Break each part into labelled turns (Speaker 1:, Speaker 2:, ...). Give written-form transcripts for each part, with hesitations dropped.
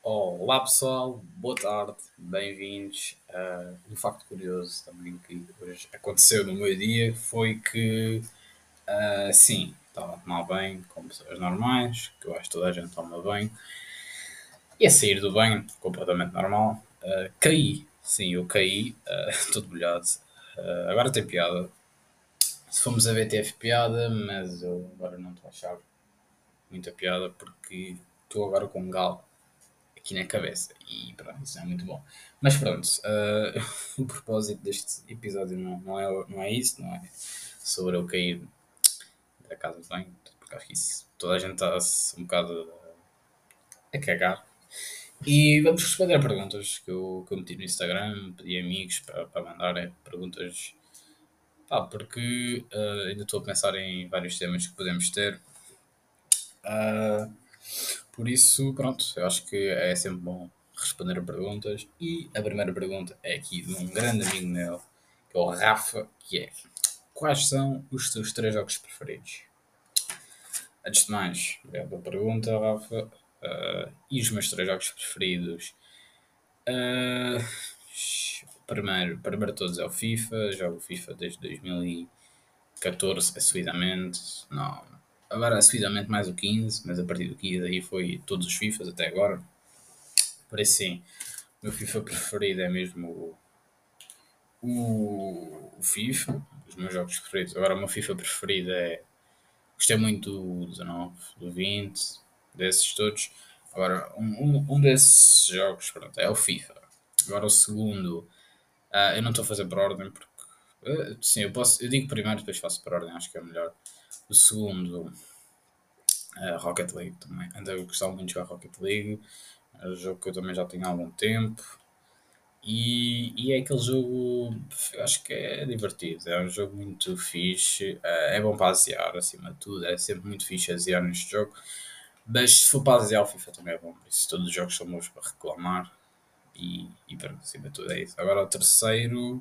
Speaker 1: Olá pessoal, boa tarde, bem-vindos. Um facto curioso também que hoje aconteceu no meu dia foi que, sim, estava a tomar banho como pessoas normais, que eu acho que toda a gente toma banho, e a sair do banho, completamente normal, caí, sim, eu caí, todo molhado. Agora tem piada, se formos a ver teve piada, mas eu agora não estou a achar muita piada porque estou agora com um galo aqui na cabeça. E pronto, isso não é muito bom. Mas pronto, o propósito deste episódio não é isso, não é sobre eu cair da casa de banho, porque acho que isso toda a gente está-se um bocado a cagar. E vamos responder a perguntas que eu meti no Instagram, pedi amigos para mandarem perguntas. Pá, porque ainda estou a pensar em vários temas que podemos ter. Ah, Por isso, pronto, eu acho que é sempre bom responder a perguntas. E a primeira pergunta é aqui de um grande amigo meu, que é o Rafa, que é: quais são os teus três jogos preferidos? Antes de mais, obrigado pela pergunta, Rafa. E os meus três jogos preferidos? Ah, primeiro de todos é o FIFA. Jogo FIFA desde 2014, assiduamente. Não, agora assiduamente mais o 15, mas a partir do 15 aí foi todos os FIFAs até agora. Por isso sim, o meu FIFA preferido é mesmo o FIFA, os meus jogos preferidos. Agora o meu FIFA preferido é. Gostei muito do 19, do 20, desses todos. Agora, um desses jogos, pronto, é o FIFA. Agora o segundo, eu não estou a fazer por ordem porque. Sim, eu digo primeiro, depois faço por ordem, acho que é melhor. O segundo, Rocket League também. Ando a gostar muito de jogar Rocket League. É um jogo que eu também já tenho há algum tempo. E é aquele jogo, eu acho que é divertido, é um jogo muito fixe, é bom para asear acima de tudo, é sempre muito fixe asear neste jogo, mas se for para asear o FIFA também é bom, por isso todos os jogos são bons para reclamar e pronto, acima de tudo é isso. Agora o terceiro,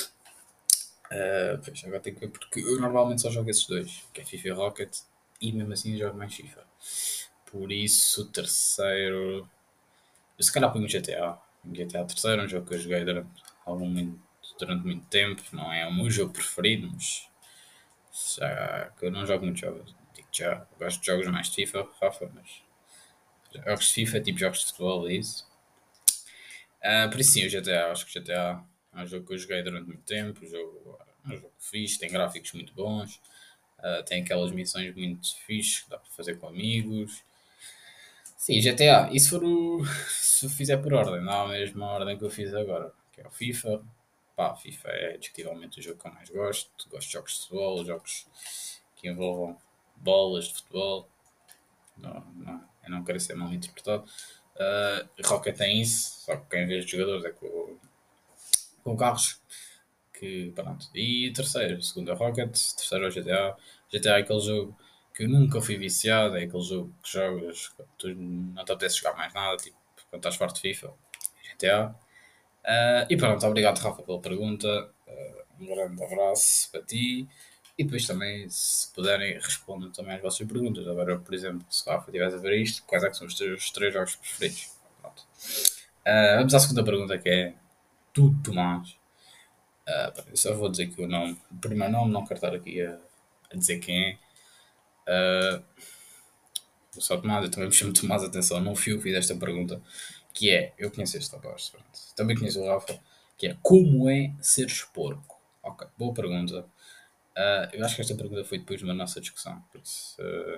Speaker 1: pois agora tenho que ver porque eu normalmente só jogo esses dois, que é FIFA e Rocket, e mesmo assim jogo mais FIFA. Por isso o terceiro, eu se calhar ponho o GTA. O GTA terceiro, um jogo que eu joguei durante muito tempo. Não é o meu jogo preferido, mas já que eu não jogo muito jogos. Digo já, eu gosto de jogos mais de FIFA, Rafa, mas jogos de FIFA, tipo jogos de futebol e isso. Por isso sim, o GTA, acho que o GTA é um jogo que eu joguei durante muito tempo. É um jogo fixe, tem gráficos muito bons. Tem aquelas missões muito fixe que dá para fazer com amigos. Sim, GTA. E se for se eu fizer por ordem, não é a mesma ordem que eu fiz agora, que é o FIFA. Pá, FIFA é discutivelmente o jogo que eu mais gosto. Gosto de jogos de futebol, jogos que envolvam bolas de futebol. Eu não quero ser mal interpretado. Rocket tem isso, só que em vez de jogadores é com carros. Que pronto. E terceiro, segundo é Rocket, terceiro é o GTA. GTA é aquele jogo que eu nunca fui viciado, é aquele jogo que jogas quando tu não te apetece jogar mais nada, tipo quando estás farto de FIFA, GTA. E pronto, obrigado Rafa pela pergunta. Um grande abraço para ti. E depois também, se puderem, respondam também às vossas perguntas. Agora, por exemplo, se o Rafa estivesse a ver isto, quais é que são os teus três jogos preferidos? Pronto. Vamos à segunda pergunta que é: tu, Tomás, eu só vou dizer que o nome, o primeiro nome, não quero estar aqui a dizer quem é. Uh, vou só Tomás, eu também me chamo Tomás, atenção, não fui eu que fiz esta pergunta, que é, eu conheço este rapaz, pronto. Também conheço o Rafa, que é, como é seres porco? Ok, boa pergunta. Eu acho que esta pergunta foi depois da nossa discussão, por isso,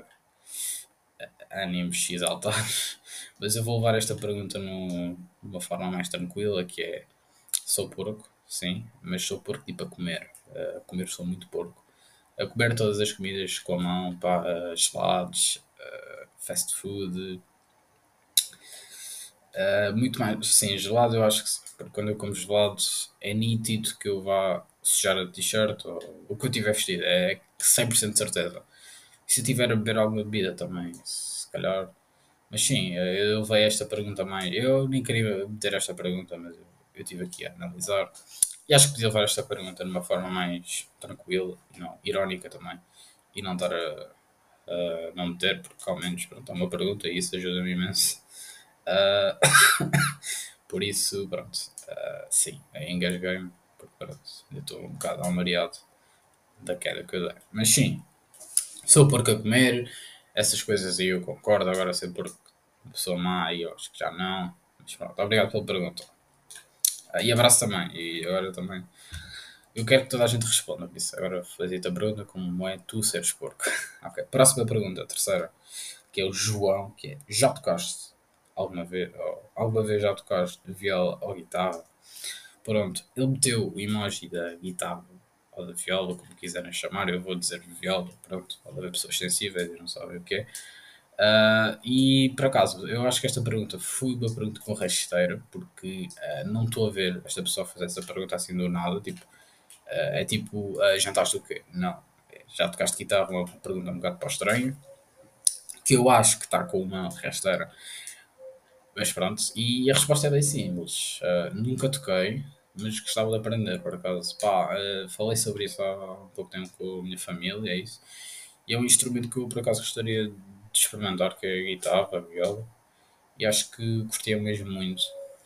Speaker 1: ânimos exaltados, mas eu vou levar esta pergunta de uma forma mais tranquila, que é, sou porco, sim, mas sou porco tipo a comer. A comer sou muito porco. A comer todas as comidas com a mão, pá, gelados, fast food, muito mais. Sim, gelado eu acho que sim, porque quando eu como gelado é nítido que eu vá sujar a t-shirt ou o que eu tiver vestido, é 100% de certeza. E se eu tiver a beber alguma bebida também, se calhar. Mas sim, eu vejo esta pergunta mais. Eu nem queria meter esta pergunta, mas eu tive aqui a analisar. E acho que podia levar esta pergunta de uma forma mais tranquila, não, irónica também. E não estar a não meter, porque ao menos pronto, é uma pergunta e isso ajuda-me imenso. Ah, por isso, pronto, sim, engasguei-me, porque pronto, ainda estou um bocado almariado da queda que eu dei. Mas sim, sou porco a comer, essas coisas aí eu concordo, agora ser porco uma pessoa má e eu acho que já não. Mas pronto, obrigado pela pergunta. E abraço também, e agora também. Eu quero que toda a gente responda, por isso agora fazia-te a pergunta como é tu seres porco. Ok, próxima pergunta, terceira, que é o João, que é, já tocaste alguma vez, ou alguma vez já tocaste viola ou guitarra? Pronto, ele meteu o emoji da guitarra ou da viola, como quiserem chamar, eu vou dizer viola, pronto, pode haver pessoas sensíveis e não sabem o que é. E por acaso, eu acho que esta pergunta foi uma pergunta com rasteira, porque não estou a ver esta pessoa fazer essa pergunta assim do nada, tipo, é tipo, jantaste o quê? Não. Já tocaste guitarra, uma pergunta um bocado para o estranho, que eu acho que está com uma rasteira. Mas pronto, e a resposta é bem simples. Nunca toquei, mas gostava de aprender, por acaso. Pá, falei sobre isso há pouco tempo com a minha família, é isso. E é um instrumento que eu, por acaso, gostaria de experimentar, que é a guitarra, a viola. E acho que curtia mesmo muito.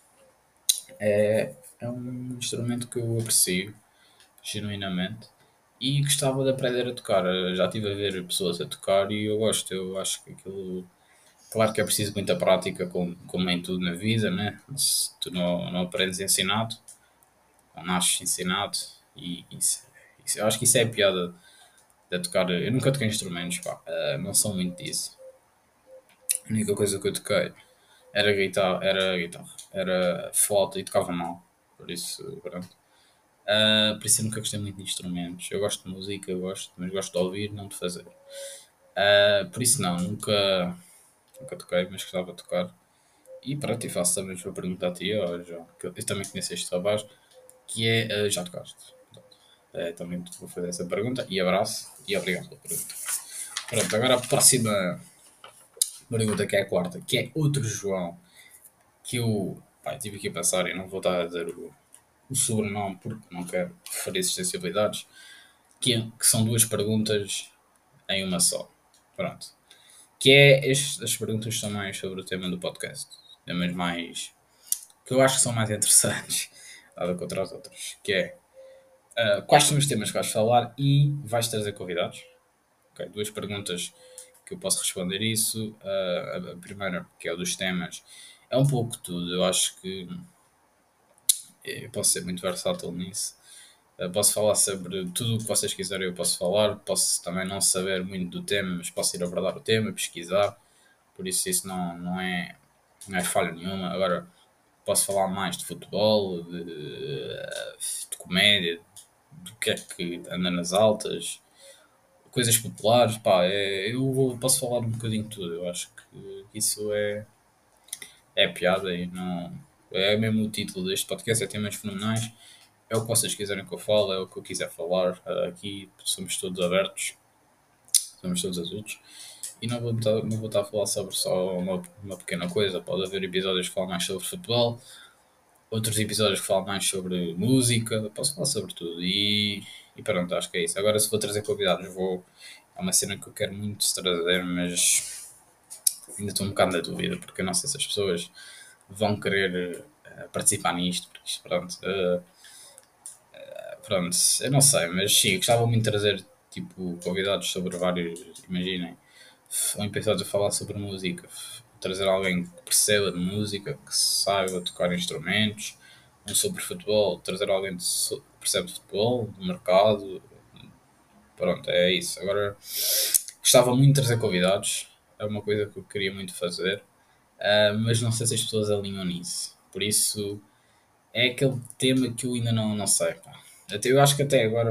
Speaker 1: É um instrumento que eu aprecio, genuinamente. E gostava de aprender a tocar. Já estive a ver pessoas a tocar e eu gosto. Eu acho que aquilo. Claro que é preciso muita prática, como em tudo na vida, né? Se tu não aprendes ensinado, não nasces ensinado. E eu acho que isso é a piada de tocar. Eu nunca toquei instrumentos, pá. Não sou muito disso. A única coisa que eu toquei era flauta e tocava mal. Por isso, pronto. Por isso eu nunca gostei muito de instrumentos. Eu gosto de música, eu gosto, mas gosto de ouvir, não de fazer. Por isso não, nunca toquei, mas gostava de tocar. E pronto, e faço também uma pergunta a ti, ó, João, que eu também conheço este rapaz, que é, já tocaste. Portanto, também te vou fazer essa pergunta, e abraço, e obrigado pela pergunta. Pronto, agora a próxima pergunta, que é a quarta, que é outro João, que eu, pá, tive aqui a pensar e não vou estar a dizer o sobrenome, porque não quero ferir sensibilidades, que são duas perguntas em uma só. Pronto. Que é, as perguntas são mais sobre o tema do podcast. Temas mais que eu acho que são mais interessantes, nada contra as outras, que é quais são os temas que vais falar e vais trazer convidados? Ok, duas perguntas que eu posso responder isso. A primeira, que é o dos temas, é um pouco tudo. Eu acho que eu posso ser muito versátil nisso. Posso falar sobre tudo o que vocês quiserem, eu posso falar. Posso também não saber muito do tema, mas posso ir abordar o tema, pesquisar. Por isso não é falha nenhuma. Agora, posso falar mais de futebol, de comédia, do que é que anda nas altas, coisas populares, pá, posso falar um bocadinho de tudo. Eu acho que isso é piada e não. É mesmo o título deste podcast, é temas fenomenais. É o que vocês quiserem que eu fale, é o que eu quiser falar. Aqui somos todos abertos, somos todos adultos. E não vou estar a falar sobre só uma pequena coisa. Pode haver episódios que falam mais sobre futebol, outros episódios que falam mais sobre música, posso falar sobre tudo. E pronto, acho que é isso. Agora, se vou trazer convidados, é uma cena que eu quero muito trazer, mas ainda estou um bocado na dúvida, porque eu não sei se as pessoas vão querer participar nisto, porque isto, pronto, eu não sei, mas sim, gostava muito de trazer tipo, convidados sobre vários, imaginem, um episódio a falar sobre música, trazer alguém que perceba de música, que saiba tocar instrumentos, um sobre futebol, trazer alguém que percebe de futebol, do mercado, pronto, é isso. Agora, gostava muito de trazer convidados, é uma coisa que eu queria muito fazer, mas não sei se as pessoas alinham nisso. Por isso, é aquele tema que eu ainda não sei. Pá. Até, eu acho que até agora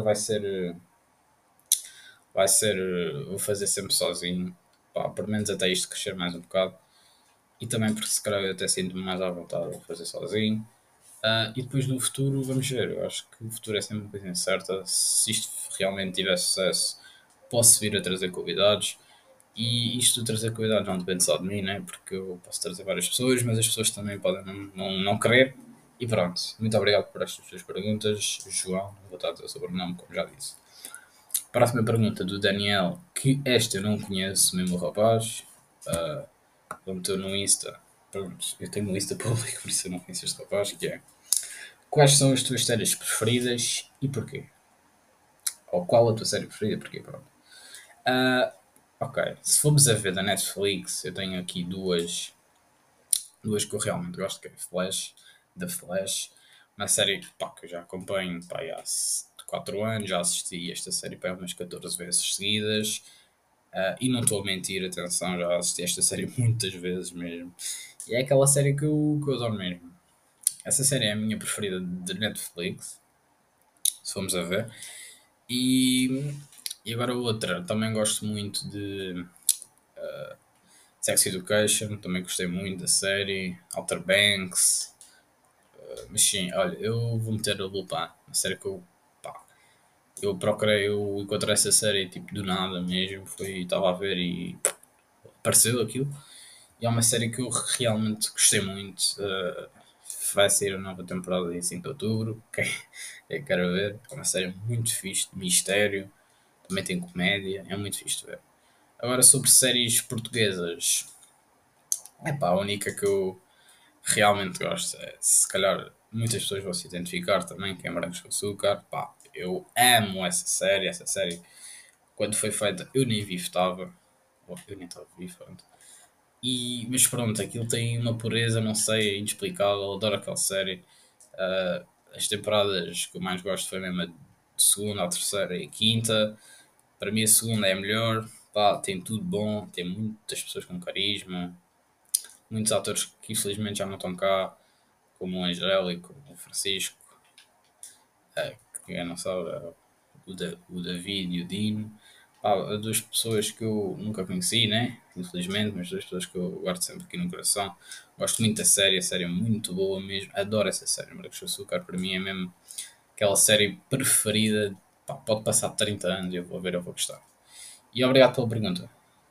Speaker 1: vou fazer sempre sozinho, pá, pelo menos até isto crescer mais um bocado. E também porque se calhar eu até sinto-me mais à vontade a fazer sozinho. E depois no futuro vamos ver. Eu acho que o futuro é sempre uma coisa incerta. Se isto realmente tiver sucesso, posso vir a trazer convidados. E isto de trazer convidados não depende só de mim, né? Porque eu posso trazer várias pessoas, mas as pessoas também podem não querer. E pronto. Muito obrigado por estas suas perguntas, João. Não vou estar a dizer o sobrenome, como já disse. Próxima pergunta do Daniel, que esta eu não conheço, mesmo o rapaz. Vou meter no Insta pronto, eu tenho uma lista pública, por isso eu não conheço este rapaz, que é: quais são as tuas séries preferidas e porquê? Ou qual a tua série preferida e porquê? Pronto. Ah, ok, se formos a ver da Netflix, eu tenho aqui duas que eu realmente gosto, que é Flash, The Flash, uma série pá, que eu já acompanho pá, há 4 anos, já assisti esta série pá, umas 14 vezes seguidas. E não estou a mentir, atenção, já assisti esta série muitas vezes mesmo. E é aquela série que eu adoro mesmo. Essa série é a minha preferida de Netflix, se formos a ver. E, e agora outra, também gosto muito de Sex Education, também gostei muito da série, Outer Banks. Mas sim, olha, eu vou meter a Lupin, uma série que pá, eu encontrei essa série tipo do nada mesmo, estava a ver e apareceu aquilo. E é uma série que eu realmente gostei muito. Vai sair a nova temporada em 5 de outubro. Quem quero ver. É uma série muito fixe, de mistério. Também tem comédia. É muito fixe de ver. Agora, sobre séries portuguesas. É pá, a única que eu realmente gosto é, se calhar, muitas pessoas vão se identificar também, que é Morangos com Açúcar. Pá, eu amo essa série. Essa série, quando foi feita, eu nem vivo estava. Eu nem estava vivo, pronto. Mas pronto, aquilo tem uma pureza, não sei, inexplicável. Adoro aquela série. As temporadas que eu mais gosto foi mesmo a segunda, a terceira e a quinta. Para mim a segunda é a melhor. Pá, tem tudo bom, tem muitas pessoas com carisma, muitos atores que infelizmente já não estão cá, como o Angélico, o Francisco, que quem não sabe, o David e o Dino. Pá, duas pessoas que eu nunca conheci, né? Infelizmente, mas duas pessoas que eu guardo sempre aqui no coração. Gosto muito da série, a série é muito boa mesmo. Adoro essa série. Marcos com Açúcar para mim é mesmo aquela série preferida. Pá, pode passar 30 anos e eu vou ver, eu vou gostar. E obrigado pela pergunta.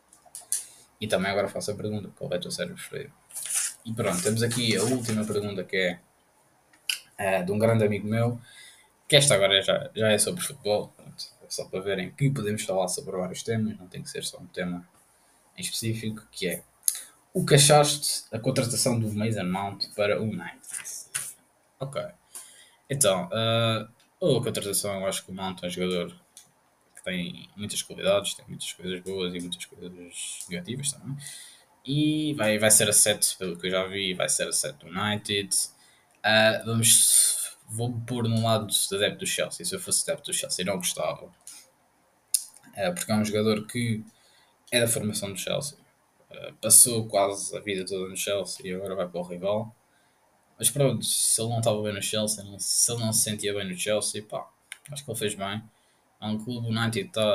Speaker 1: E também agora faço a pergunta: qual é a tua série preferida? E pronto, temos aqui a última pergunta que é de um grande amigo meu, que esta agora já é sobre futebol. Pronto, é só para verem que podemos falar sobre vários temas, não tem que ser só um tema em específico, que é: o que achaste a contratação do Mason Mount para o United? Ok. Então, a contratação, eu acho que o Mount é um jogador que tem muitas qualidades, tem muitas coisas boas e muitas coisas negativas também. E vai ser a 7, pelo que eu já vi, vai ser a 7 do United. Vou-me pôr no lado do adepto do Chelsea. Se eu fosse adepto do Chelsea, não gostava. Porque é um jogador que é da formação do Chelsea. Passou quase a vida toda no Chelsea e agora vai para o rival. Mas pronto, se ele não estava bem no Chelsea, se ele não se sentia bem no Chelsea, pá, acho que ele fez bem. É um clube, o United está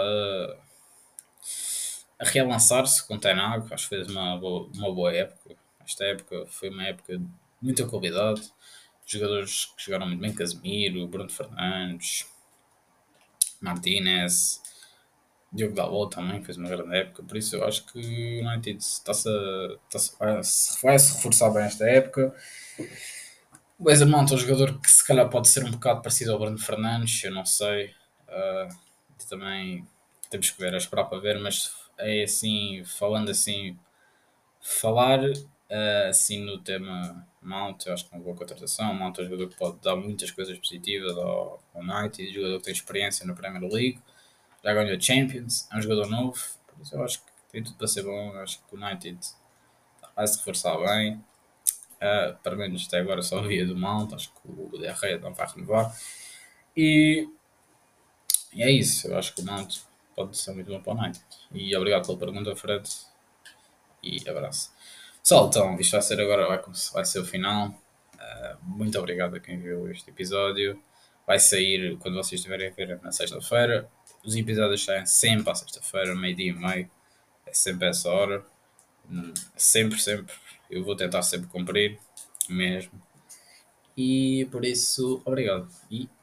Speaker 1: a relançar-se com o Ten Hag, acho que fez uma boa época. Esta época foi uma época de muita qualidade. Jogadores que jogaram muito bem: Casemiro, Bruno Fernandes, Martinez, Diogo Dalot também fez uma grande época. Por isso eu acho que o United vai se reforçar bem esta época. O Wesley Mount é um jogador que se calhar pode ser um bocado parecido ao Bruno Fernandes, eu não sei. Uh, Também temos que ver, é esperar para ver, mas é assim, falando assim, falar assim no tema Mount, eu acho que é uma boa contratação. Mount é um jogador que pode dar muitas coisas positivas ao United, jogador que tem experiência na Premier League, já ganhou Champions, é um jogador novo, por isso eu acho que tem tudo para ser bom. Eu acho que o United vai se reforçar bem. Para menos até agora só havia do Mount, acho que o De Gea não vai renovar. E, e é isso, eu acho que o Mount pode ser muito bom para o United. E obrigado pela pergunta, Fred, e abraço. Pessoal, então, isto vai ser agora, vai ser o final. Muito obrigado a quem viu este episódio. Vai sair quando vocês estiverem a ver na sexta-feira. Os episódios saem sempre à sexta-feira, meio-dia e meio. É sempre essa hora. Sempre, sempre. Eu vou tentar sempre cumprir, mesmo. E por isso, obrigado. E